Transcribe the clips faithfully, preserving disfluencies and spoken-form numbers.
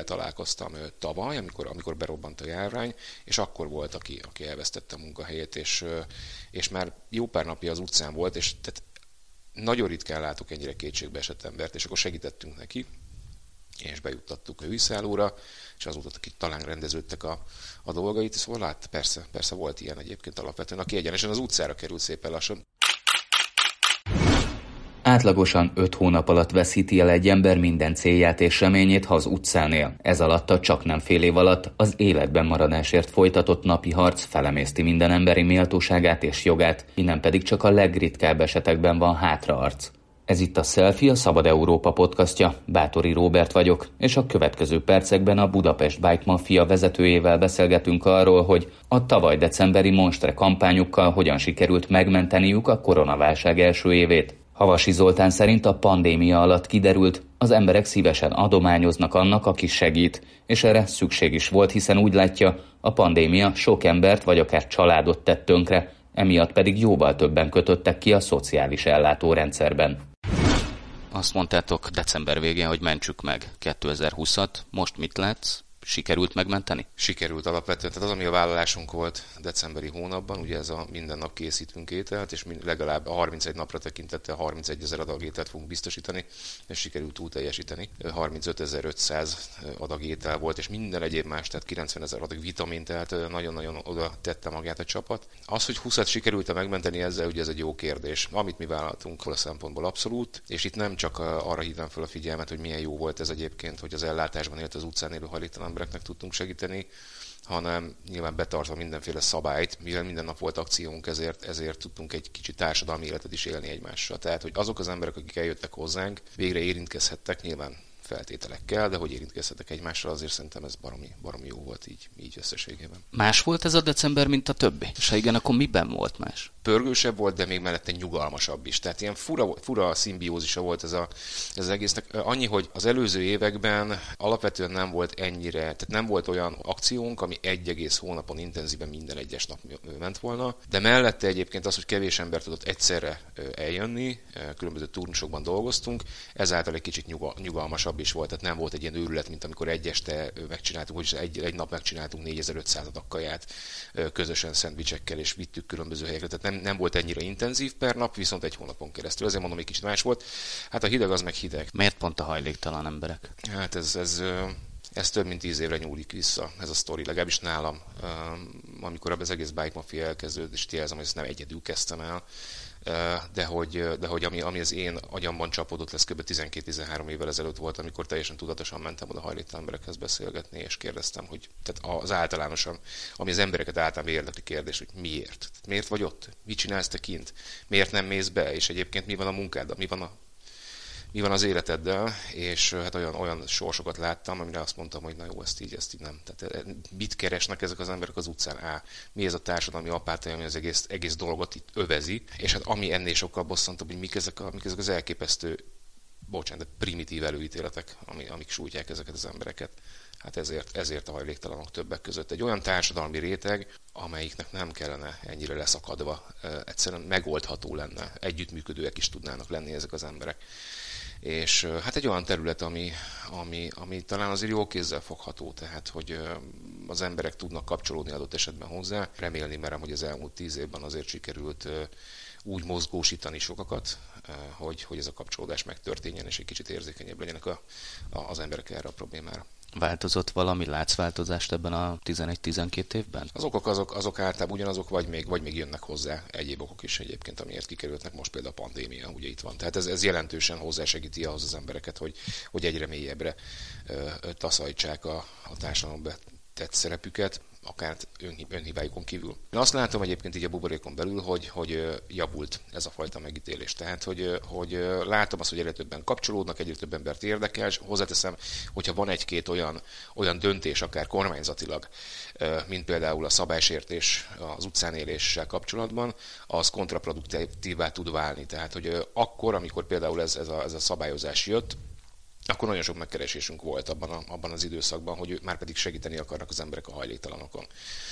találkoztam tavaly, amikor, amikor berobbant a járvány, és akkor volt, aki, aki elvesztette a munkahelyét, és, és már jó pár napja az utcán volt, és tehát nagyon ritkán látok ennyire kétségbe esett embert, és akkor segítettünk neki, és bejuttattuk a hűszállóra, és azóta, akik talán rendeződtek a, a dolgait, szóval lát, persze, persze volt ilyen egyébként alapvetően, aki egyenesen az utcára került szépen lassan. Átlagosan öt hónap alatt veszíti el egy ember minden célját és reményét, ha az utcán él. Ez alatt a csaknem fél év alatt az életben maradásért folytatott napi harc felemészti minden emberi méltóságát és jogát, innen pedig csak a legritkább esetekben van hátraarc. Ez itt a Selfie, a Szabad Európa podcastja, Báthori Róbert vagyok, és a következő percekben a Budapest Bike Mafia vezetőjével beszélgetünk arról, hogy a tavaly decemberi monstre kampányukkal hogyan sikerült megmenteniük a koronaválság első évét. Havasi Zoltán szerint a pandémia alatt kiderült, az emberek szívesen adományoznak annak, aki segít, és erre szükség is volt, hiszen úgy látja, a pandémia sok embert vagy akár családot tett tönkre, emiatt pedig jóval többen kötöttek ki a szociális ellátórendszerben. Azt mondtátok december végén, hogy mentsük meg kétezer-húszat. Most mit látsz? Sikerült megmenteni? Sikerült alapvetően. Tehát az, ami a vállalásunk volt decemberi hónapban, ugye ez a minden nap készítünk ételt, és legalább a harmincegy napra tekintettel harmincegy ezer adag ételt fogunk biztosítani, és sikerült túl teljesíteni. harmincötezer-ötszáz adag étel volt, és minden egyéb más, tehát kilencvenezer adag vitamin, tehát nagyon-nagyon oda tette magát a csapat. Az, hogy húszat sikerült megmenteni ezzel, ugye ez egy jó kérdés. Amit mi vállaltunk a szempontból abszolút, és itt nem csak arra hívnám fel a figyelmet, hogy milyen jó volt ez egyébként, hogy az ellátásban, illetve az utcán élő hajléktalan embereknek tudtunk segíteni, hanem nyilván betartva mindenféle szabályt, mivel minden nap volt akciónk, ezért, ezért tudtunk egy kicsit társadalmi életet is élni egymással. Tehát, hogy azok az emberek, akik eljöttek hozzánk, végre érintkezhettek, nyilván feltételekkel, de hogy érintkezhetek egymással, azért szerintem ez baromi, baromi jó volt így, így összességében. Más volt ez a december, mint a többi? És ha igen, akkor miben volt más? Pörgősebb volt, de még mellette nyugalmasabb is. Tehát ilyen fura, fura szimbiózisa volt ez, a, ez az egésznek. Annyi, hogy az előző években alapvetően nem volt ennyire, tehát nem volt olyan akciónk, ami egy egész hónapon intenzíven minden egyes nap ment volna, de mellette egyébként az, hogy kevés ember tudott egyszerre eljönni, különböző turnusokban dolgoztunk, ezáltal egy kicsit nyugal, nyugalmasabb is volt, tehát nem volt egy ilyen őrület, mint amikor egy este megcsináltunk, hogy egy, egy nap megcsináltunk négyezer-ötszáz adag kaját közösen szendvicsekkel, és vittük különböző helyekre, tehát nem, nem volt ennyire intenzív per nap, viszont egy hónapon keresztül. Ezért mondom, egy kicsit más volt. Hát a hideg az meg hideg. Miért pont a hajléktalan emberek? Hát ez, ez, ez több mint tíz évre nyúlik vissza, ez a sztori, legalábbis nálam. Amikor az egész Bike Mafia elkezdődött, és jelzem, hogy ezt nem egyedül kezdtem el, de hogy, de hogy ami, ami az én agyamban csapódott lesz kb. tizenkét-tizenhárom évvel ezelőtt volt, amikor teljesen tudatosan mentem oda hajléktalan emberekhez beszélgetni, és kérdeztem, hogy tehát az általánosan, ami az embereket általában érdekli kérdés, hogy miért? Tehát miért vagy ott? Mit csinálsz te kint? Miért nem mész be? És egyébként mi van a munkáddal? Mi van a mi van az életeddel, és hát olyan, olyan sorsokat láttam, amire azt mondtam, hogy na jó, ezt így, ezt így nem. Tehát mit keresnek ezek az emberek az utcán? Á, mi ez a társadalmi apátia, ami az egész, egész dolgot itt övezi, és hát ami ennél sokkal bosszantabb, hogy mik ezek, a, mik ezek az elképesztő, bocsánat, de primitív előítéletek, ami, amik sújtják ezeket az embereket. Hát ezért, ezért a hajléktalanok többek között egy olyan társadalmi réteg, amelyiknek nem kellene ennyire leszakadva, egyszerűen megoldható lenne, együttműködőek is tudnának lenni ezek az emberek. És hát egy olyan terület, ami, ami, ami talán azért jó kézzel fogható, tehát hogy az emberek tudnak kapcsolódni adott esetben hozzá. Remélni merem, hogy az elmúlt tíz évben azért sikerült úgy mozgósítani sokakat, hogy, hogy ez a kapcsolódás megtörténjen, és egy kicsit érzékenyebb legyenek a, a, az emberek erre a problémára. Változott valami? Látsz változást ebben a tizenegy-tizenkét évben? Az okok azok, azok általában ugyanazok, vagy még, vagy még jönnek hozzá egyéb okok is egyébként, amiért kikerültnek, most például a pandémia, ugye itt van. Tehát ez, ez jelentősen hozzásegíti ahhoz az embereket, hogy, hogy egyre mélyebbre ö, taszajtsák a, a társadalomba tett szerepüket, akár önhibájukon kívül. Én azt látom egyébként így a buborékon belül, hogy, hogy javult ez a fajta megítélés. Tehát, hogy, hogy látom azt, hogy egyre többen kapcsolódnak, egyre több embert érdekel, és hozzáteszem, hogyha van egy-két olyan, olyan döntés, akár kormányzatilag, mint például a szabálysértés az utcán éléssel kapcsolatban, az kontraproduktívvá tud válni. Tehát, hogy akkor, amikor például ez, ez, a, ez a szabályozás jött, akkor nagyon sok megkeresésünk volt abban, a, abban az időszakban, hogy már pedig segíteni akarnak az emberek a hajléktalanokon.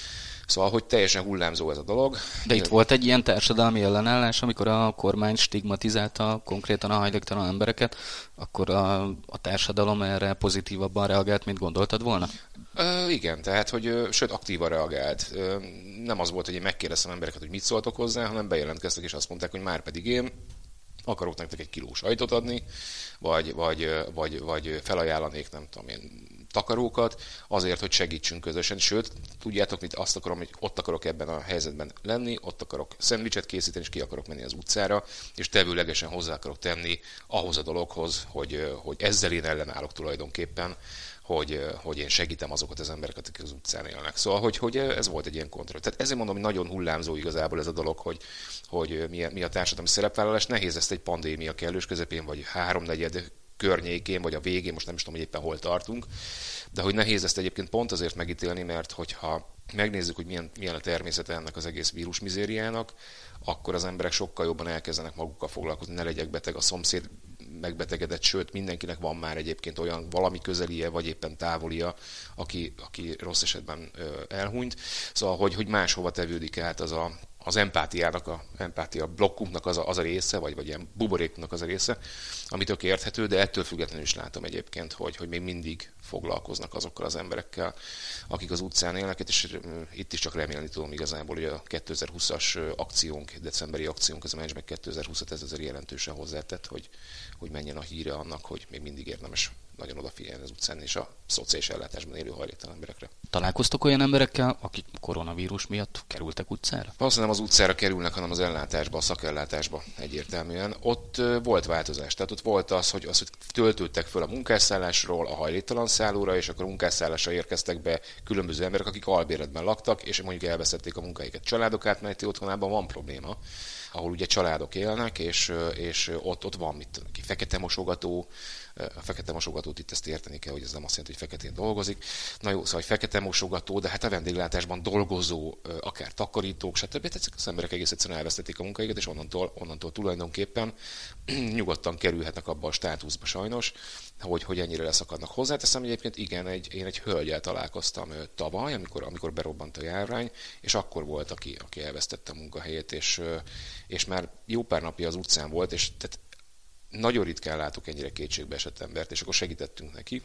Szóval, hogy teljesen hullámzó ez a dolog. De itt volt egy ilyen társadalmi ellenállás, amikor a kormány stigmatizálta konkrétan a hajléktalan embereket, akkor a, a társadalom erre pozitívabban reagált, mint gondoltad volna? Ö, igen, tehát, hogy ö, sőt, aktívan reagált. Ö, nem az volt, hogy én megkérdeztem embereket, hogy mit szóltok hozzá, hanem bejelentkeztek, és azt mondták, hogy már pedig én akarok nektek egy kiló sajtot adni, vagy, vagy, vagy, vagy felajánlanék, nem tudom én, takarókat, azért, hogy segítsünk közösen. Sőt, tudjátok, mit azt akarom, hogy ott akarok ebben a helyzetben lenni, ott akarok szendvicset készíteni, és ki akarok menni az utcára, és tevőlegesen hozzá akarok tenni ahhoz a dologhoz, hogy, hogy ezzel én ellenállok tulajdonképpen, hogy, hogy én segítem azokat az embereket, akik az utcán élnek. Szóval, hogy, hogy ez volt egy ilyen kontroll. Tehát ezért mondom, hogy nagyon hullámzó igazából ez a dolog, hogy, hogy mi, a, mi a társadalmi szerepvállalás. Nehéz ezt egy pandémia kellős közepén, vagy háromnegyed környékén, vagy a végén, most nem is tudom, hogy éppen hol tartunk, de hogy nehéz ezt egyébként pont azért megítélni, mert hogyha megnézzük, hogy milyen, milyen a természete ennek az egész vírusmizériának, akkor az emberek sokkal jobban elkezdenek magukkal foglalkozni, ne legyek beteg, a szomszéd megbetegedett, sőt mindenkinek van már egyébként olyan valami közelie, vagy éppen távolia, aki, aki rossz esetben elhunyt. Szóval, hogy, hogy máshova tevődik át az a az empátiának, a empátia blokkunknak az a, az a része, vagy, vagy ilyen buborékunknak az a része, ami tök érthető, de ettől függetlenül is látom egyébként, hogy, hogy még mindig foglalkoznak azokkal az emberekkel, akik az utcán élnek, és itt is csak remélni tudom igazából, hogy a kétezer-húszas akciónk, decemberi akciónk, az a Mentsd meg kétezer-húszat ez azért jelentősen hozzátett, hogy, hogy menjen a híre annak, hogy még mindig érdemes nagyon odafigyelni az utcán és a szociális ellátásban élő hajléktalan emberekre. Találkoztok olyan emberekkel, akik koronavírus miatt kerültek utcára? Valószínűleg nem az utcára kerülnek, hanem az ellátásba, a szakellátásba egyértelműen. Ott volt változás. Tehát ott volt az, hogy, az, hogy töltődtek föl a munkásszállásról a hajléktalan szállóra, és akkor a munkásszállásra érkeztek be különböző emberek, akik albéletben laktak, és mondjuk elvesztették a munkahelyüket. Családok átmeneti otthonában van probléma, ahol ugye családok élnek, és, és ott, ott van mit tudom, fekete mosogató. A fekete mosogatót itt ezt érteni kell, hogy ez nem azt jelenti, hogy feketén dolgozik. Na jó, szóval fekete mosogató, de hát a vendéglátásban dolgozó, akár takarítók, stb. Tehát ezek az emberek egész egyszerűen elvesztették a munkáikat, és onnantól, onnantól tulajdonképpen nyugodtan kerülhetnek abba a státuszba sajnos, hogy, hogy ennyire leszakadnak. Hozzáteszem egyébként, igen, egy, én egy hölgyel találkoztam tavaly, amikor, amikor berobbant a járvány, és akkor volt, aki, aki elvesztette a munkahelyét, és, és már jó pár napja az utcán volt, és tehát nagyon ritkán látok ennyire kétségbe esett embert, és akkor segítettünk neki,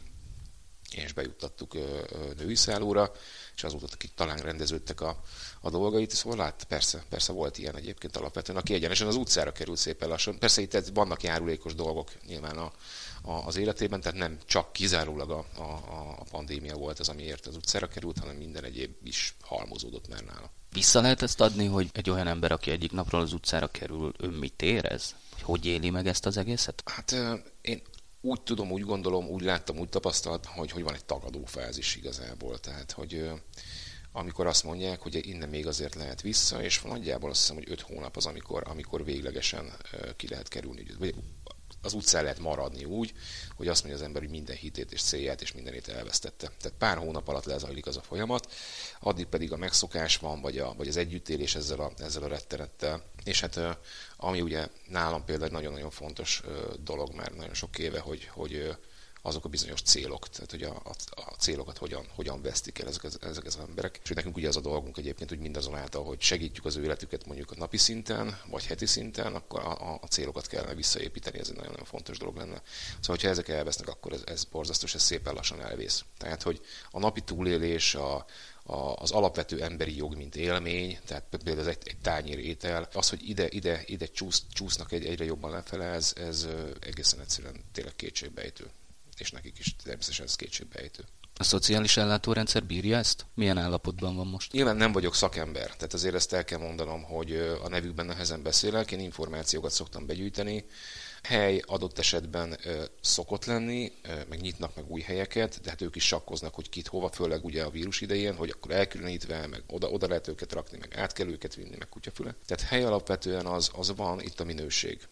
és bejuttattuk női szállóra, és azóta, akik talán rendeződtek a, a dolgait, szóval lát, persze, persze volt ilyen egyébként alapvetően, aki egyenesen az utcára került szépen lassan. Persze itt vannak járulékos dolgok nyilván a, a, az életében, tehát nem csak kizárólag a, a, a pandémia volt az, amiért az utcára került, hanem minden egyéb is halmozódott már nála. Vissza lehet ezt adni, hogy egy olyan ember, aki egyik napról az utcára kerül, ő mit érez? Hogy éli meg ezt az egészet? Hát én úgy tudom, úgy gondolom, úgy láttam, úgy tapasztaltam, hogy, hogy van egy tagadó fázis igazából. Tehát, hogy amikor azt mondják, hogy innen még azért lehet vissza, és nagyjából azt hiszem, hogy öt hónap az, amikor, amikor véglegesen ki lehet kerülni, vagy az utcán lehet maradni úgy, hogy azt mondja az ember, hogy minden hitét és célját és mindenét elvesztette. Tehát pár hónap alatt lezajlik az a folyamat, addig pedig a megszokás van, vagy, a, vagy az együttélés ezzel a, ezzel a rettenettel. És hát ami ugye nálam például egy nagyon-nagyon fontos dolog már nagyon sok éve, hogy, hogy azok a bizonyos célok, tehát hogy a, a, a célokat hogyan, hogyan vesztik el ezek az, ezek az emberek. És nekünk ugye az a dolgunk egyébként, hogy mindazonáltal, hogy segítjük az ő életüket mondjuk a napi szinten, vagy heti szinten, akkor a, a célokat kellene visszaépíteni, ez egy nagyon-nagyon fontos dolog lenne. Szóval, hogyha ezek elvesznek, akkor ez, ez borzasztos, ez szépen lassan elvész. Tehát, hogy a napi túlélés, a, a, az alapvető emberi jog, mint élmény, tehát például ez egy, egy tányér étel, az, hogy ide, ide, ide csúsz, csúsznak egy, egyre jobban lefele, ez, ez egészen egyszerűen tényleg kétségbejtő. És nekik is természetesen ez kétségbejtő. A szociális ellátórendszer bírja ezt? Milyen állapotban van most? Nyilván nem vagyok szakember, tehát azért ezt el kell mondanom, hogy a nevükben nehezen beszélek, én információkat szoktam begyűjteni. Hely adott esetben ö, szokott lenni, ö, meg nyitnak meg új helyeket, de hát ők is sakkoznak, hogy kit hova, főleg ugye a vírus idején, hogy akkor elkülönítve, meg oda, oda lehet őket rakni, meg át kell őket vinni, meg kutyafüle. Tehát hely alapvetően az, az van, itt a minőség.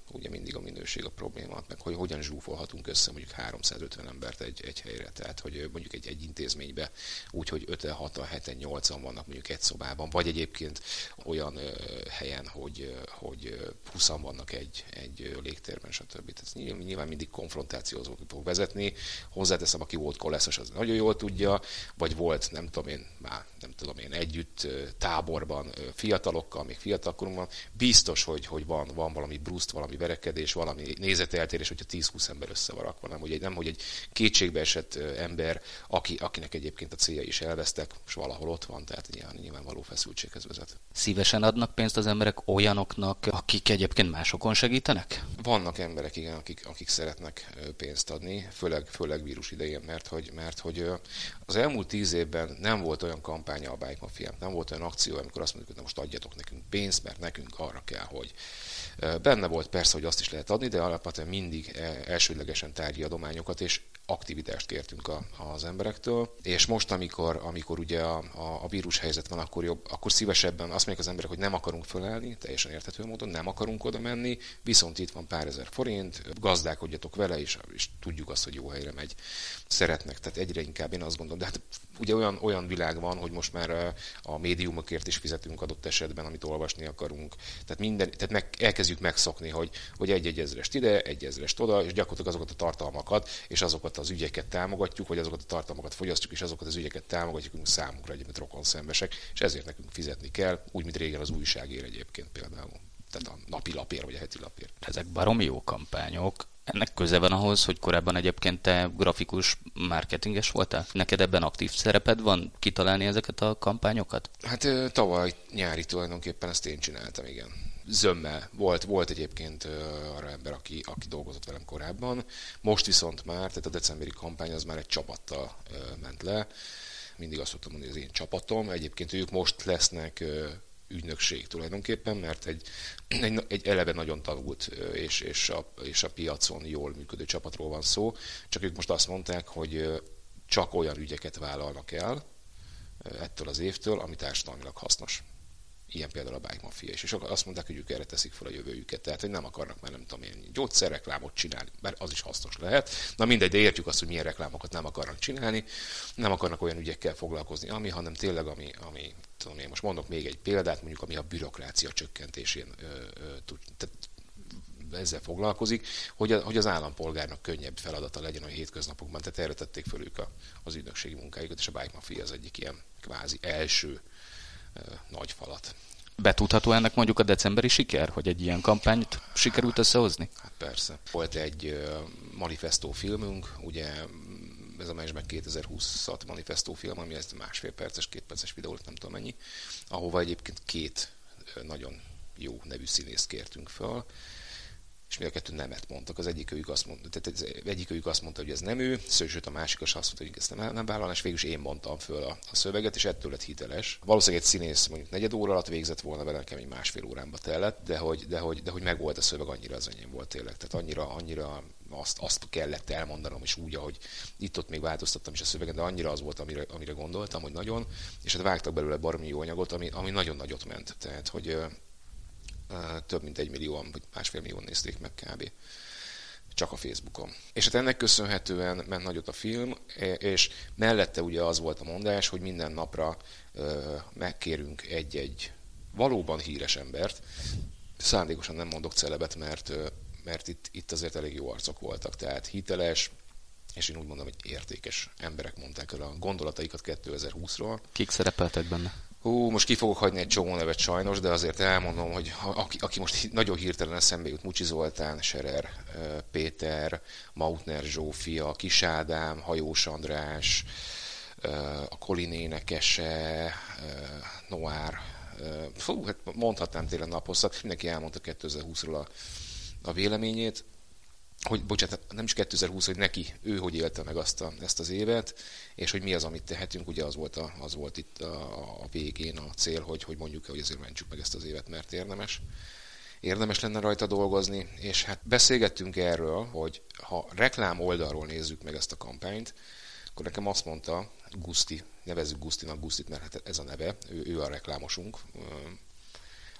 ugye mindig a minőség a probléma, meg hogy hogyan zsúfolhatunk össze mondjuk háromszázötven embert egy, egy helyre, tehát hogy mondjuk egy, egy intézménybe úgy, hogy öten, hatan, heten, nyolcan vannak mondjuk egy szobában, vagy egyébként olyan ö, helyen, hogy, hogy húszan vannak egy, egy légtérben, stb. Tehát nyilván, nyilván mindig konfrontációhoz fog vezetni. Hozzáteszem, aki volt koleszos, az nagyon jól tudja, vagy volt, nem tudom én, már nem tudom én, együtt táborban fiatalokkal, még fiatalkorunkban, biztos, hogy, hogy van, van valami bruszt, valami verekedés, valami nézeteltérés, hogyha tíz-húsz ember össze van rakva, nem, hogy egy, nem, hogy egy kétségbe esett ember, aki, akinek egyébként a célja is elvesztek, és valahol ott van, tehát nyilván, nyilvánvaló feszültséghez vezet. Szívesen adnak pénzt az emberek olyanoknak, akik egyébként másokon segítenek? Vannak emberek, igen, akik, akik szeretnek pénzt adni, főleg, főleg vírus idején, mert hogy, mert hogy az elmúlt tíz évben nem volt olyan kampánya a Bike Mafia, nem volt olyan akció, amikor azt mondjuk, hogy most adjatok nekünk pénzt, mert nekünk arra kell, hogy. Benne volt persze, hogy azt is lehet adni, de alapvetően mindig elsődlegesen tárgyi adományokat és aktivitást kértünk a, az emberektől, és most, amikor, amikor ugye a, a, a vírus helyzet van, akkor, jobb, akkor szívesebben azt mondják az emberek, hogy nem akarunk fölállni, teljesen érthető módon, nem akarunk oda menni, viszont itt van pár ezer forint, gazdálkodjatok vele, és, és tudjuk azt, hogy jó helyre megy. Szeretnek, tehát egyre inkább én azt gondolom, de hát ugye olyan, olyan világ van, hogy most már a médiumokért is fizetünk adott esetben, amit olvasni akarunk, tehát, minden, tehát meg, elkezdjük megszokni, hogy, hogy egy-egy ezrest ide, egy ezrest oda, és gyakorlatilag azokat a tartalmakat, és azokat az ügyeket támogatjuk, vagy azokat a tartalmakat fogyasztjuk, és azokat az ügyeket támogatjuk, hogy számunkra egyébként rokon szembesek, és ezért nekünk fizetni kell, úgy, mint régen az újságért egyébként például. Tehát a napi lapért, vagy a heti lapért. Ezek baromi jó kampányok. Ennek köze van ahhoz, hogy korábban egyébként te grafikus marketinges voltál? Neked ebben aktív szereped van kitalálni ezeket a kampányokat? Hát tavaly nyári tulajdonképpen ezt én csináltam, igen. Zömmel. Volt, volt egyébként arra ember, aki, aki dolgozott velem korábban. Most viszont már, tehát a decemberi kampány az már egy csapattal ment le. Mindig azt szoktam mondani, hogy az én csapatom. Egyébként ők most lesznek ügynökség tulajdonképpen, mert egy, egy, egy eleve nagyon tanult és, és, a, és a piacon jól működő csapatról van szó. Csak ők most azt mondták, hogy csak olyan ügyeket vállalnak el ettől az évtől, ami társadalmilag hasznos. Ilyen például a Bike Mafia is. És azt mondták, hogy ők erre teszik fel a jövőjüket. Tehát, hogy nem akarnak már nem tudom én gyógyszerreklámot csinálni, bár az is hasznos lehet. Na mindegy, de értjük azt, hogy milyen reklámokat nem akarnak csinálni. Nem akarnak olyan ügyekkel foglalkozni, ami, hanem tényleg, ami, ami tudom én, most mondok még egy példát, mondjuk, ami a bürokrácia csökkentésén ö, ö, tud, tehát ezzel foglalkozik, hogy, a, hogy az állampolgárnak könnyebb feladata legyen a hétköznapokban. Tehát erre tették föl ők a, az ügynökségi munkájukat, és a Bike Mafia az egyik ilyen kvázi első nagy falat. Betudható ennek mondjuk a decemberi siker, hogy egy ilyen kampányt sikerült összehozni? Hát persze. Volt egy manifestó filmünk, ugye ez a Menj meg kétezer-húszat manifestó film, ami ez másfél perces, két perces videó, nem tudom mennyi, ahova egyébként két nagyon jó nevű színészt kértünk föl, és mind a kettő nemet mondtak. Az egyikőjük azt mondta, tehát egyikőjük azt mondta, hogy ez nem ő, sőt a másik azt mondta, hogy ezt nem, nem vállalná, és végül is én mondtam föl a, a szöveget, és ettől lett hiteles. Valószínűleg egy színész mondjuk negyed óra alatt végzett volna vele, nekem egy másfél órámba tellett, de hogy, de hogy, de hogy megvolt a szöveg, annyira az enyém volt tényleg. Tehát annyira, annyira azt, azt kellett elmondanom, és úgy, ahogy itt-ott még változtattam is a szöveget, de annyira az volt, amire, amire gondoltam, hogy nagyon, és hát vágtak belőle baromi jó anyagot, ami, ami nagyon nagyot ment. Tehát, hogy több mint egy millióan, vagy másfél millióan nézték meg kb. Csak a Facebookon. És hát ennek köszönhetően ment nagyot a film, és mellette ugye az volt a mondás, hogy minden napra megkérünk egy-egy valóban híres embert. Szándékosan nem mondok celebet, mert, mert itt, itt azért elég jó arcok voltak, tehát hiteles, és én úgy mondom, hogy értékes emberek mondták el a gondolataikat kétezer-húszról. Kik szerepeltek benne? Hú, most ki fogok hagyni egy csomó nevet sajnos, de azért elmondom, hogy aki, aki most nagyon hirtelen eszembe jut, Mucsi Zoltán, Scherer Péter, Mautner Zsófia, Kis Ádám, Hajós András, a Kolin énekese, Noár, fú, hát mondhatnám tényleg naposszat, mindenki elmondta kétezer-húszról a, a véleményét, hogy, bocsánat, nem is kétezer-húsz, hogy neki, ő hogy élte meg azt a, ezt az évet, és hogy mi az, amit tehetünk, ugye az volt, a, az volt itt a, a végén a cél, hogy, hogy mondjuk, hogy azért mentsük meg ezt az évet, mert érdemes. Érdemes lenne rajta dolgozni, és hát beszélgettünk erről, hogy ha reklám oldalról nézzük meg ezt a kampányt, akkor nekem azt mondta Guszti, nevezzük Gusztinak Gusztit, mert hát ez a neve, ő, ő a reklámosunk,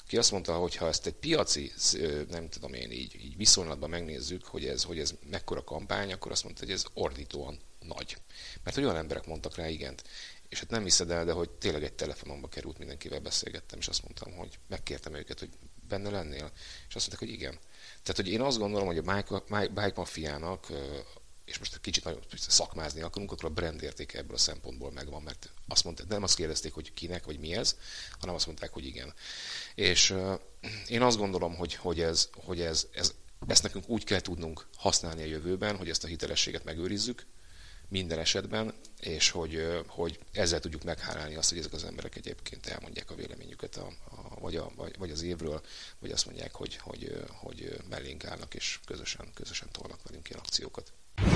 Ki azt mondta, hogy ha ezt egy piaci, nem tudom én így, így viszonylatban megnézzük, hogy ez, hogy ez mekkora kampány, akkor azt mondta, hogy ez ordítóan nagy. Mert olyan emberek mondtak rá igent. És hát nem hiszed el, de hogy tényleg egy telefonomba került, mindenkivel beszélgettem, és azt mondtam, hogy megkértem őket, hogy benne lennél, és azt mondták, hogy igen. Tehát, hogy én azt gondolom, hogy a Bike Mafiának, és most egy kicsit nagyon szakmázni akarunk, akkor a brand értéke ebből a szempontból megvan, mert azt mondták, nem azt kérdezték, hogy kinek, vagy mi ez, hanem azt mondták, hogy igen. És uh, én azt gondolom, hogy, hogy, ez, hogy ez, ez, ezt nekünk úgy kell tudnunk használni a jövőben, hogy ezt a hitelességet megőrizzük minden esetben, és hogy, hogy ezzel tudjuk meghálálni azt, hogy ezek az emberek egyébként elmondják a véleményüket a, a, vagy, a, vagy, vagy az évről, vagy azt mondják, hogy, hogy, hogy mellénk állnak, és közösen, közösen tolnak velünk ilyen akciókat.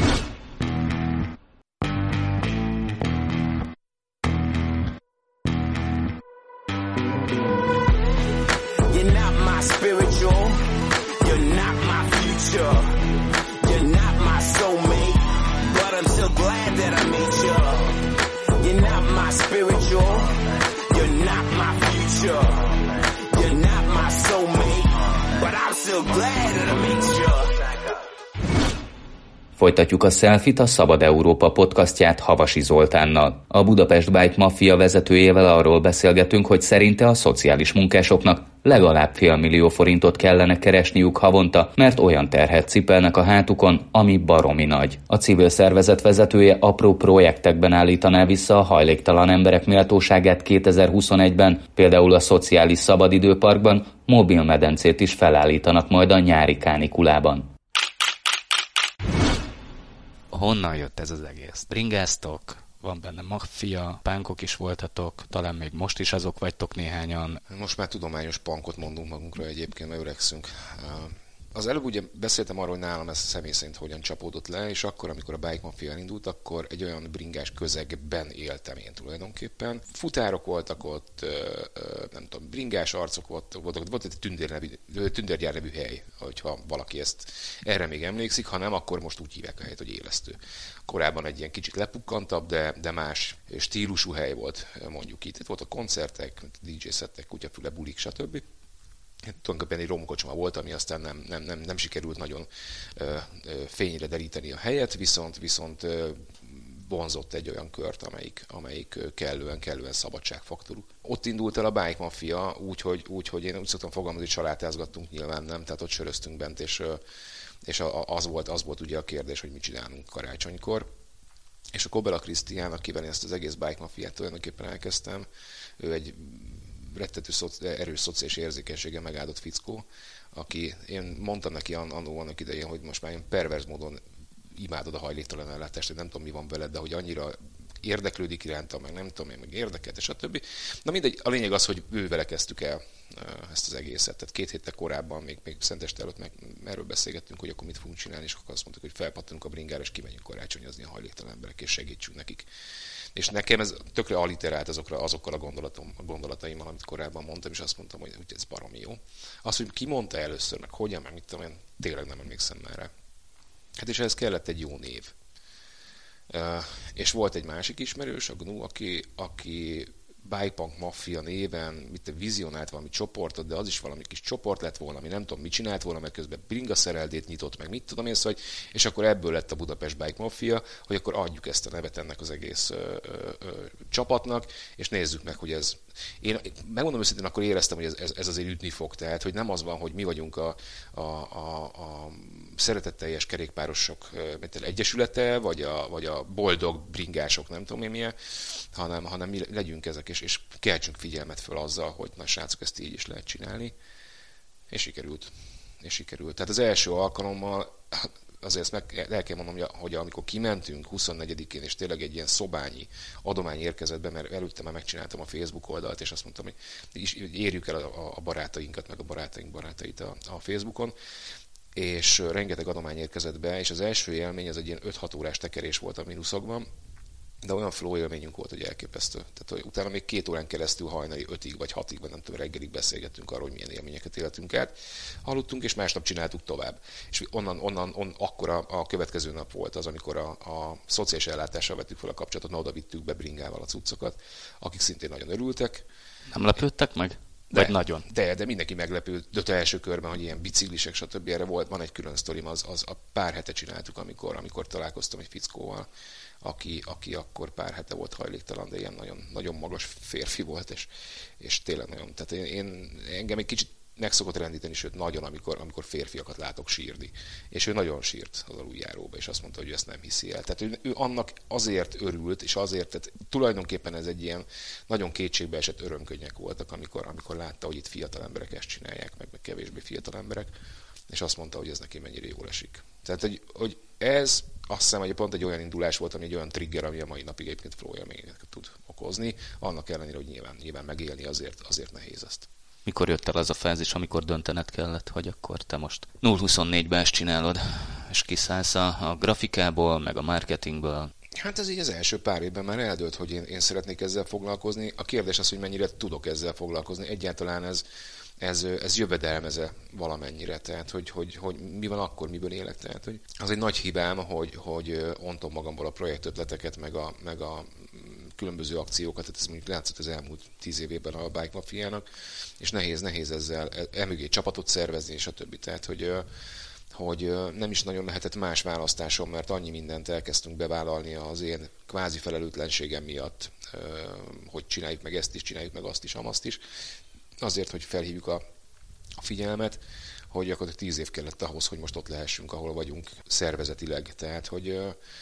You're not my spiritual, you're not my future, you're not my soulmate, but I'm so glad that I met you. You're not my spiritual, you're not my future, you're not my soulmate, but I'm so glad that I met you. Folytatjuk a Selfit, a Szabad Európa podcastját Havasi Zoltánnal. A Budapest Bike Mafia vezetőjével arról beszélgetünk, hogy szerinte a szociális munkásoknak legalább fél millió forintot kellene keresniük havonta, mert olyan terhet cipelnek a hátukon, ami baromi nagy. A civil szervezet vezetője apró projektekben állítaná vissza a hajléktalan emberek méltóságát kétezer-huszonegyben, például a Szociális Szabadidőparkban mobilmedencét is felállítanak majd a nyári kánikulában. Honnan jött ez az egész? Bringáztok, van benne maffia, pánkok is voltatok, talán még most is azok vagytok néhányan. Most már tudományos pankot mondunk magunkra egyébként, mert öregszünk. Az előbb ugye beszéltem arról, hogy nálam ez személy szerint hogyan csapódott le, és akkor, amikor a Bike Mafia elindult, akkor egy olyan bringás közegben éltem én tulajdonképpen. Futárok voltak ott, nem tudom, bringás arcok voltak, volt, volt egy tündér nevű, tündérgyár nevű hely, hogyha valaki ezt erre még emlékszik, ha nem, akkor most úgy hívják a helyet, hogy Élesztő. Korábban egy ilyen kicsit lepukkantabb, de, de más stílusú hely volt, mondjuk itt. Itt voltak koncertek, dé dzsé-szettek, kutyafüle, bulik, stb. Tulajdonképpen egy romkocsma volt, ami aztán nem, nem, nem, nem sikerült nagyon ö, ö, fényre deríteni a helyet, viszont, viszont ö, vonzott egy olyan kört, amelyik, amelyik kellően, kellően szabadságfaktorú. Ott indult el a Bike Mafia, úgyhogy úgy, hogy én úgy szoktam fogalmazni, hogy salátázgattunk, nyilván nem, tehát ott söröztünk bent, és, és az, volt, az volt ugye a kérdés, hogy mit csinálunk karácsonykor. És a Kobela Krisztián, akivel én ezt az egész Bike Mafiát tulajdonképpen elkezdtem, ő egy rettető erős szociális érzékenységgel megáldott fickó, aki, én mondtam neki annó annak idején, hogy most már ilyen perverz módon imádod a hajléktalan ellátást, nem tudom mi van veled, de hogy annyira érdeklődik iránta, meg nem tudom én, meg érdekelt, és a többi. Na mindegy, a lényeg az, hogy ővele kezdtük el ezt az egészet. Tehát két héttel korábban, még, még Szenteste előtt meg erről beszélgettünk, hogy akkor mit fogunk csinálni, és akkor azt mondtuk, hogy felpattanunk a bringára, és kimegyünk karácsonyozni a hajléktalan emberek, és segítsünk nekik. És nekem ez tökre alliterált azokra, azokkal a, gondolatom, a gondolataimmal, amit korábban mondtam, és azt mondtam, hogy, hogy ez baromi jó. Azt, hogy ki mondta először, meg hogyan, meg mit tudom én, tényleg nem emlékszem már rá. Hát és ehhez kellett egy jó név. Uh, és volt egy másik ismerős, a gnu, aki, aki Bikepunk Mafia néven mit vizionált valami csoportot, de az is valami kis csoport lett volna, ami nem tudom, mit csinált volna, mert közben bringa szereldét nyitott, meg mit tudom én, szóval, és akkor ebből lett a Budapest Bike Mafia, hogy akkor adjuk ezt a nevet ennek az egész ö, ö, ö, csapatnak, és nézzük meg, hogy ez... Én megmondom őszintén, akkor éreztem, hogy ez, ez, ez azért ütni fog, tehát, hogy nem az van, hogy mi vagyunk a, a, a, a szeretetteljes kerékpárosok egyesülete, vagy a, vagy a boldog bringások, nem tudom én milyen, hanem, hanem mi legyünk ezek, és, és keltsünk figyelmet föl azzal, hogy na srácok, ezt így is lehet csinálni. És sikerült. És sikerült. Tehát az első alkalommal, azért ezt meg el kell mondom, hogy amikor kimentünk huszonnegyedikén, és tényleg egy ilyen szobányi adomány érkezett be, mert előtte már megcsináltam a Facebook oldalt, és azt mondtam, hogy érjük el a, a barátainkat, meg a barátaink barátait a, a Facebookon, és rengeteg adomány érkezett be, és az első élmény az egy ilyen öt-hat órás tekerés volt a mínuszokban, de olyan flow élményünk volt, hogy elképesztő. Tehát hogy utána még két órán keresztül hajnali ötig vagy hatig, vagy nem tudom, reggelig beszélgettünk arról, hogy milyen élményeket éltünk át. Hallottunk, és másnap csináltuk tovább. És onnan, onnan on, akkor a, a következő nap volt az, amikor a, a szociális ellátással vettük fel a kapcsolatot, na oda vittük be bringával a cuccokat, akik szintén nagyon örültek. Nem lepődtek meg? De, Vagy nagyon. De, de mindenki meglepődött első körben, hogy ilyen biciklisek, stb. Erre volt, van egy külön sztorim, az, az a pár hete csináltuk, amikor, amikor találkoztam egy fickóval, aki, aki akkor pár hete volt hajléktalan, de ilyen nagyon, nagyon magas férfi volt, és, és tényleg nagyon, tehát én, én engem egy kicsit meg szokott rendíteni, sőt nagyon, amikor, amikor férfiakat látok sírni. És ő nagyon sírt az aluljáróba, és azt mondta, hogy ő ezt nem hiszi el. Tehát ő, ő annak azért örült, és azért, tehát tulajdonképpen ez egy ilyen nagyon kétségbe esett örömkönnyek voltak, amikor, amikor látta, hogy itt fiatal emberek ezt csinálják, meg, meg kevésbé fiatal emberek, és azt mondta, hogy ez neki mennyire jól esik. Tehát, hogy, hogy ez azt hiszem, hogy pont egy olyan indulás volt, ami egy olyan trigger, ami a mai napig egyébként flow élményeket tud okozni, annak ellenére, hogy nyilván, nyilván megélni azért, azért nehéz ezt. Mikor jött el az a fázis, amikor döntened kellett, hogy akkor te most nulla huszonnégyben ezt csinálod, és kiszállsz a, a grafikából, meg a marketingből? Hát ez így az első pár évben már eldőlt, hogy én, én szeretnék ezzel foglalkozni. A kérdés az, hogy mennyire tudok ezzel foglalkozni. Egyáltalán ez, ez, ez jövedelmeze valamennyire. Tehát, hogy, hogy, hogy mi van akkor, miből élek. Tehát, hogy az egy nagy hibám, hogy, hogy ontom magamból a projektötleteket, meg a, meg a különböző akciókat, tehát ez mondjuk látszott az elmúlt tíz évében a Bike Mafiának, és nehéz, nehéz ezzel emögé csapatot szervezni, és a többi. Tehát, hogy, hogy nem is nagyon lehetett más választásom, mert annyi mindent elkezdtünk bevállalni az én kvázi felelőtlenségem miatt, hogy csináljuk meg ezt is, csináljuk meg azt is, amazt is, azért, hogy felhívjuk a, a figyelmet, hogy gyakorlatilag tíz év kellett ahhoz, hogy most ott lehessünk, ahol vagyunk szervezetileg. Tehát, hogy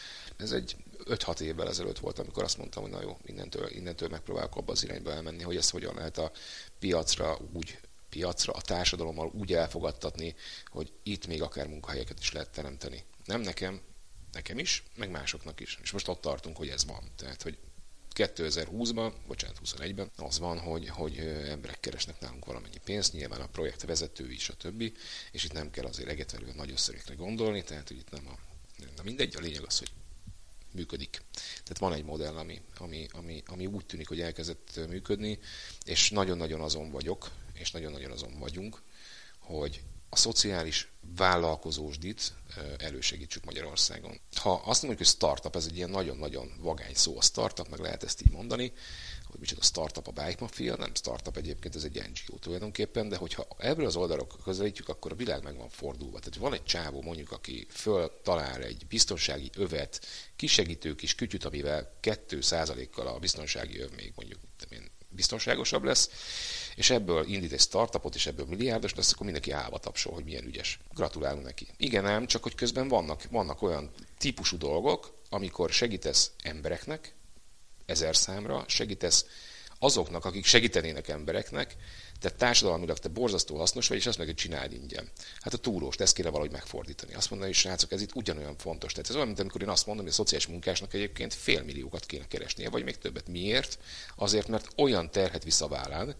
ez egy öt-hat évvel ezelőtt volt, amikor azt mondtam, hogy na jó, innentől, innentől megpróbálok abba az irányba elmenni, hogy ezt hogyan lehet a piacra úgy, piacra, a társadalommal úgy elfogadtatni, hogy itt még akár munkahelyeket is lehet teremteni. Nem nekem, nekem is, meg másoknak is. És most ott tartunk, hogy ez van. Tehát, hogy kétezer-húszban, bocsánat, huszonegyben az van, hogy, hogy emberek keresnek nálunk valamennyi pénzt, nyilván a projekt vezetői is, a többi, és itt nem kell azért egetverően nagy összegekre gondolni, tehát, hogy itt nem a, na mindegy, a lényeg az, hogy működik. Tehát van egy modell, ami, ami, ami, ami úgy tűnik, hogy elkezdett működni, és nagyon-nagyon azon vagyok, és nagyon-nagyon azon vagyunk, hogy a szociális vállalkozósdit elősegítsük Magyarországon. Ha azt mondjuk, hogy startup, ez egy ilyen nagyon-nagyon vagány szó, a startup, meg lehet ezt így mondani, hogy micsoda startup a Bike Mafia, nem startup egyébként, ez egy en gé o tulajdonképpen, de hogyha ebből az oldalról közelítjük, akkor a világ meg van fordulva. Tehát van egy csávó mondjuk, aki föl talál egy biztonsági övet, kisegítő kis kütyüt, amivel két százalékkal a biztonsági öv még mondjuk én, biztonságosabb lesz, és ebből indít egy startupot, és ebből milliárdos lesz, akkor mindenki állva tapsol, hogy milyen ügyes. Gratulálunk neki. Igen ám, csak hogy közben vannak, vannak olyan típusú dolgok, amikor segítesz embereknek, ezer számra, segítesz azoknak, akik segítenének embereknek, de társadalmilag te borzasztó hasznos vagy, és azt meg, hogy csináld ingyen. Hát a túróst, ezt kéne valahogy megfordítani. Azt mondani, hogy srácok, ez itt ugyanolyan fontos. Tehát ez olyan, mint amikor én azt mondom, hogy a szociális munkásnak egyébként félmilliókat kéne keresnie, vagy még többet. Miért? Azért, mert olyan terhet visz a vállán,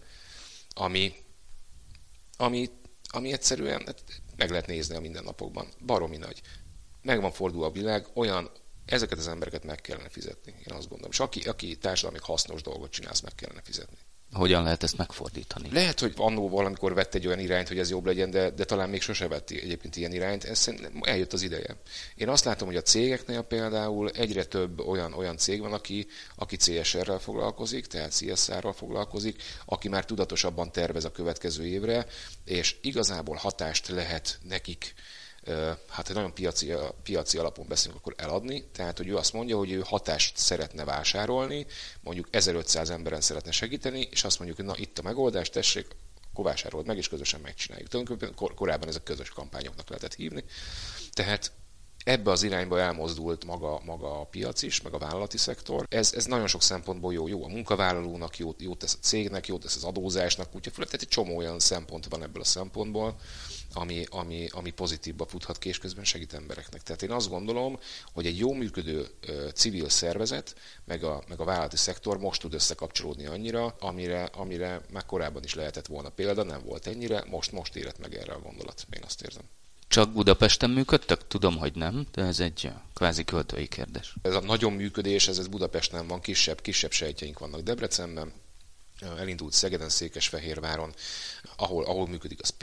ami, ami, ami egyszerűen hát meg lehet nézni a mindennapokban. Baromi nagy. Meg van fordulva a világ, olyan, ezeket az embereket meg kellene fizetni, én azt gondolom. És aki, aki társadalmi hasznos dolgot csinálsz, meg kellene fizetni. Hogyan lehet ezt megfordítani? Lehet, hogy annó valamikor vett egy olyan irányt, hogy ez jobb legyen, de, de talán még sose vett egyébként ilyen irányt. Ez eljött az ideje. Én azt látom, hogy a cégeknél például egyre több olyan, olyan cég van, aki, aki cé es er-rel foglalkozik, tehát cé es er-rel foglalkozik, aki már tudatosabban tervez a következő évre, és igazából hatást lehet nekik, hát ha nagyon piaci, piaci alapon beszélünk, akkor eladni. Tehát, hogy ő azt mondja, hogy ő hatást szeretne vásárolni, mondjuk ezerötszáz emberen szeretne segíteni, és azt mondjuk, hogy na itt a megoldás, tessék, akkor vásárold meg, és közösen megcsináljuk. Tulajdonképpen kor- korábban ezek közös kampányoknak lehetett hívni. Tehát ebbe az irányba elmozdult maga, maga a piac is, meg a vállalati szektor. Ez, ez nagyon sok szempontból jó. Jó a munkavállalónak, jó, jó tesz a cégnek, jó tesz az adózásnak, úgyhogy tehát egy csomó olyan szempont van ebből a szempontból, ami, ami, ami pozitívba futhat ki, és közben segít embereknek. Tehát én azt gondolom, hogy egy jó működő ö, civil szervezet, meg a, meg a vállalati szektor most tud összekapcsolódni annyira, amire, amire már korábban is lehetett volna példa, nem volt ennyire, most, most érett meg erre a gondolat, én azt érzem. Csak Budapesten működtek? Tudom, hogy nem, de ez egy kvázi költői kérdés. Ez a nagyon működés, ez, ez Budapesten van, kisebb, kisebb sejtjeink vannak Debrecenben, elindult Szegeden, Székesfehérváron, ahol, ahol működik az Pécs,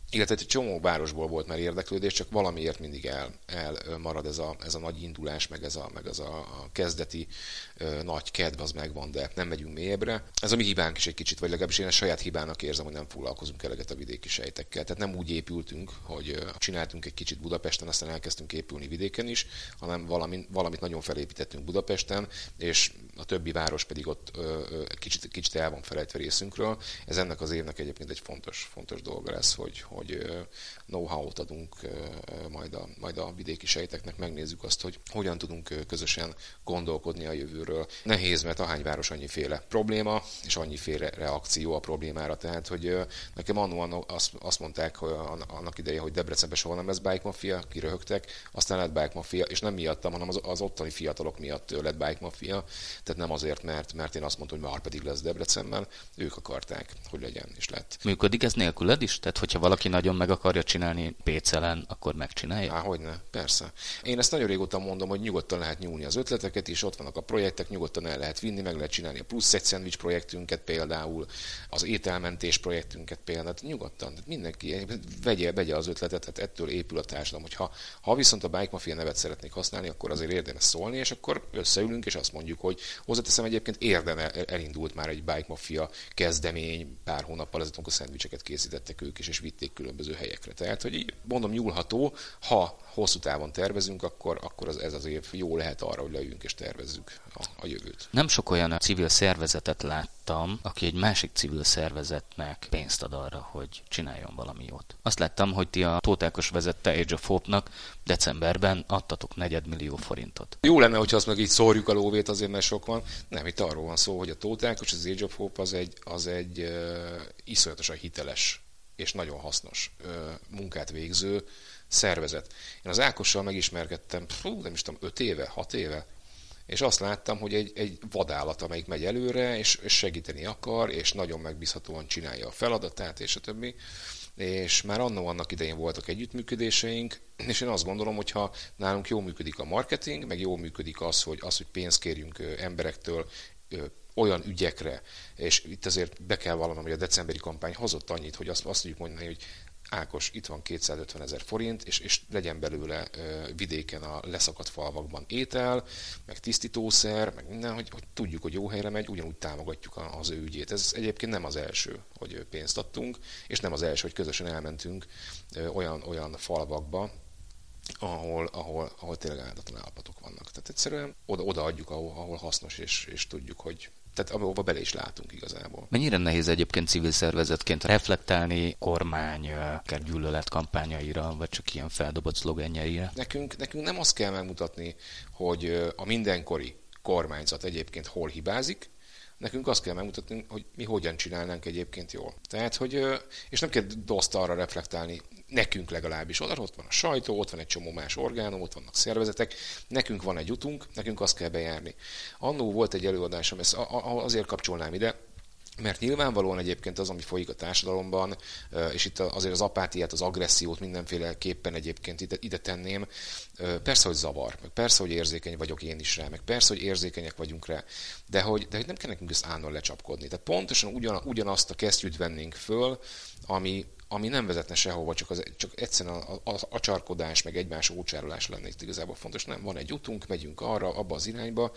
illetve egy csomó városból volt már érdeklődés, csak valamiért mindig el, elmarad ez a, ez a nagy indulás, meg ez a, meg az a, a kezdeti ö, nagy kedv, az megvan, de nem megyünk mélyebbre. Ez a mi hibánk is egy kicsit, vagy legalábbis én a saját hibának érzem, hogy nem foglalkozunk eleget a vidéki sejtekkel. Tehát nem úgy épültünk, hogy ö, csináltunk egy kicsit Budapesten, aztán elkezdtünk épülni vidéken is, hanem valami, valamit nagyon felépítettünk Budapesten, és a többi város pedig ott ö, ö, kicsit, kicsit el van felejtve részünkről. Ez ennek az évnek egyébként egy fontos, fontos dolga lesz, hogy hogy know-how-t adunk majd a, majd a vidéki sejteknek, megnézzük azt, hogy hogyan tudunk közösen gondolkodni a jövőről. Nehéz, mert ahány város annyiféle probléma, és annyiféle reakció a problémára. Tehát, hogy nekem annó azt, azt mondták hogy annak idején, hogy Debrecenben soha nem lesz bike mafia, kiröhögtek, aztán lett bike mafia, és nem miattam, hanem az, az ottani fiatalok miatt lett bike mafia. Tehát nem azért, mert, mert én azt mondtam, hogy már pedig lesz Debrecenben, ők akarták, hogy legyen, és lett. Működik ez nélküled is? Tehát, hogyha valaki nagyon meg akarja csinálni Pécelen, akkor megcsinálja? Há, hogyne, persze. Én ezt nagyon régóta mondom, hogy nyugodtan lehet nyúlni az ötleteket, és ott vannak a projektek, nyugodtan el lehet vinni, meg lehet csinálni a plusz egy szendvics projektünket például, az ételmentés projektünket például, nyugodtan, mindenki vegye, vegye az ötletet, tehát ettől épül a társadalom. Hogyha, ha viszont a Bike Mafia nevet szeretnék használni, akkor azért érdemes szólni, és akkor összeülünk, és azt mondjuk, hogy hozzáteszem egyébként érdeme elindult már egy Bike Mafia kezdemény, pár hónappal ezelőtt, amikor szendvicseket készítettek ők is, és vitték különböző helyekre. Tehát, hogy így mondom, nyúlható, ha hosszú távon tervezünk, akkor, akkor az, ez az év jó lehet arra, hogy leüljünk és tervezzük a, a jövőt. Nem sok olyan civil szervezetet láttam, aki egy másik civil szervezetnek pénzt ad arra, hogy csináljon valami jót. Azt láttam, hogy ti a Tóth Ákos vezette Age of Hope-nak decemberben adtatok negyedmillió forintot. Jó lenne, hogyha azt meg így szórjuk a lóvét, azért mert sok van. Nem, itt arról van szó, hogy a Tóth Ákos, az Age of Hope az egy, az egy uh, iszonyatosan hiteles és nagyon hasznos uh, munkát végző szervezet. Én az Ákossal megismerkedtem, fú, nem is tudom, öt éve, hat éve, és azt láttam, hogy egy, egy vadállat, amelyik megy előre, és, és segíteni akar, és nagyon megbízhatóan csinálja a feladatát, és a többi. És már annó annak idején voltak együttműködéseink, és én azt gondolom, hogy ha nálunk jól működik a marketing, meg jól működik az, hogy, az, hogy pénzt kérjünk emberektől olyan ügyekre, és itt azért be kell vallanom, hogy a decemberi kampány hozott annyit, hogy azt, azt tudjuk mondani, hogy Ákos, itt van kétszázötven ezer forint, és, és legyen belőle ö, vidéken a leszakadt falvakban étel, meg tisztítószer, meg minden, hogy, hogy tudjuk, hogy jó helyre megy, ugyanúgy támogatjuk a, az ő ügyét. Ez egyébként nem az első, hogy pénzt adtunk, és nem az első, hogy közösen elmentünk ö, olyan, olyan falvakba, ahol, ahol, ahol tényleg áldatlan állapotok vannak. Tehát egyszerűen oda, odaadjuk, ahol, ahol hasznos, és, és tudjuk, hogy tehát ahova bele is látunk igazából. Mennyire nehéz egyébként civil szervezetként reflektálni kormány akár gyűlölet kampányaira, vagy csak ilyen feldobott szlogenjeire? Nekünk, nekünk nem azt kell megmutatni, hogy a mindenkori kormányzat egyébként hol hibázik, nekünk azt kell megmutatni, hogy mi hogyan csinálnánk egyébként jól. Tehát, hogy, és nem kell doszt arra reflektálni, nekünk legalábbis. Oda ott van a sajtó, ott van egy csomó más orgánum, ott vannak szervezetek, nekünk van egy utunk, nekünk azt kell bejárni. Annó volt egy előadásom, ezt azért kapcsolnám ide, mert nyilvánvalóan egyébként az, ami folyik a társadalomban, és itt azért az apátiát, az agressziót mindenféleképpen egyébként ide, ide tenném, persze, hogy zavar, meg persze, hogy érzékeny vagyok én is rá, meg persze, hogy érzékenyek vagyunk rá, de hogy, de hogy nem kell nekünk ezt állandóan lecsapkodni. Tehát pontosan ugyan, ugyanazt a kesztyűt vennénk föl, ami, ami nem vezetne sehova, csak, az, csak egyszerűen a, a, a csarkodás, meg egymás ócsárolás lenne itt igazából fontos. Nem, van egy utunk, megyünk arra, abba az irányba,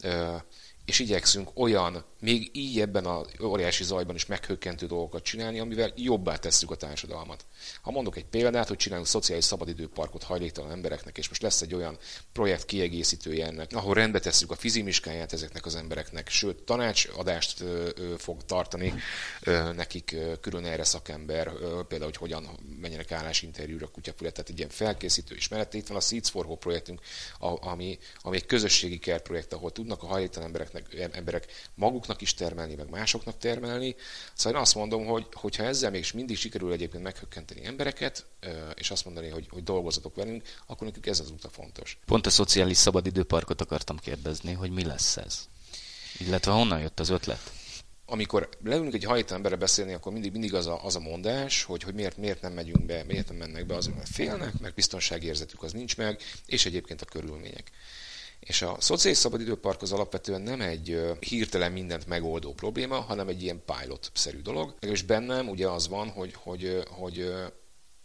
és igyekszünk olyan, még így ebben az óriási zajban is meghökkentő dolgokat csinálni, amivel jobbá tesszük a társadalmat. Ha mondok egy példát, hogy csinálunk szociális szabadidőparkot hajléktalan embereknek, és most lesz egy olyan projekt kiegészítője ennek, ahol rendbe tesszük a fizimiskáját ezeknek az embereknek, sőt tanácsadást ö, ö, fog tartani ö, nekik ö, külön erre szakember, ö, például, hogy hogyan menjenek állásinterjúra a kutyafület, tehát egy ilyen felkészítő is. Mellette itt van a Seeds for Hope projektünk, ami, ami egy közösségi care projekt, ahol tudnak a hajléktalan embereknek emberek maguknak is termelni, meg másoknak termelni. Szóval én azt mondom, hogy hogyha ezzel még mindig sikerül egyébként meghökkenteni embereket, és azt mondani, hogy, hogy dolgozatok velünk, akkor nekünk ez az út a fontos. Pont a szociális szabadidőparkot akartam kérdezni, hogy mi lesz ez? Illetve honnan jött az ötlet? Amikor leülünk egy hajléktalan emberre beszélni, akkor mindig, mindig az, a, az a mondás, hogy, hogy miért, miért nem megyünk be, miért nem mennek be, azért mert félnek, mert biztonsági érzetük az nincs meg, és egyébként a körülmények. És a szociális szabadidőpark az alapvetően nem egy hirtelen mindent megoldó probléma, hanem egy ilyen pilot-szerű dolog. És bennem ugye az van, hogy, hogy, hogy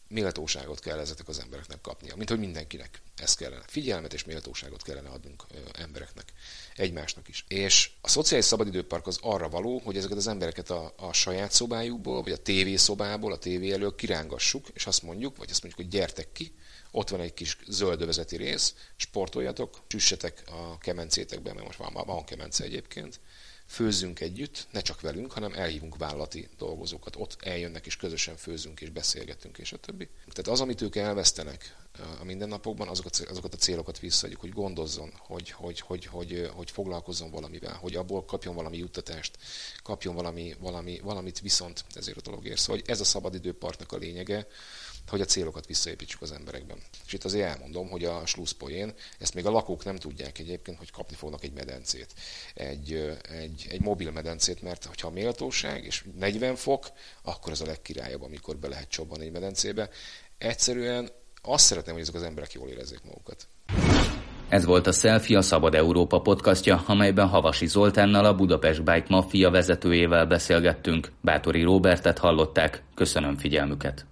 méltóságot kell ezeknek az embereknek kapnia, mint hogy mindenkinek ez kellene. Figyelmet és méltóságot kellene adnunk ö, embereknek, egymásnak is. És a szociális szabadidőpark az arra való, hogy ezeket az embereket a, a saját szobájukból, vagy a tévészobából, a tévé elől kirángassuk, és azt mondjuk, vagy azt mondjuk, hogy gyertek ki, ott van egy kis zöldövezeti rész, sportoljatok, süssetek a kemencétekben, mert most van, van kemence egyébként, főzzünk együtt, ne csak velünk, hanem elhívunk vállalati dolgozókat, ott eljönnek és közösen főzünk és beszélgetünk és a többi. Tehát az, amit ők elvesztenek a mindennapokban, azokat, azokat a célokat visszaadjuk, hogy gondozzon, hogy, hogy, hogy, hogy, hogy foglalkozzon valamivel, hogy abból kapjon valami juttatást, kapjon valami, valami, valamit viszont ezért a dologért. Szóval ez a szabadidőparknak a lényege, hogy a célokat visszaépítsük az emberekben. És itt azért elmondom, hogy a slusszpoén, ezt még a lakók nem tudják egyébként, hogy kapni fognak egy medencét, egy, egy, egy mobil medencét, mert ha méltóság és negyven fok, akkor az a legkirályabb, amikor be lehet csobbanni egy medencébe. Egyszerűen azt szeretném, hogy ezek az emberek jól érezzék magukat. Ez volt a Selfie, a Szabad Európa podcastja, amelyben Havasi Zoltánnal, a Budapest Bike Mafia vezetőjével beszélgettünk. Báthori Róbertet hallották. Köszönöm figyelmüket.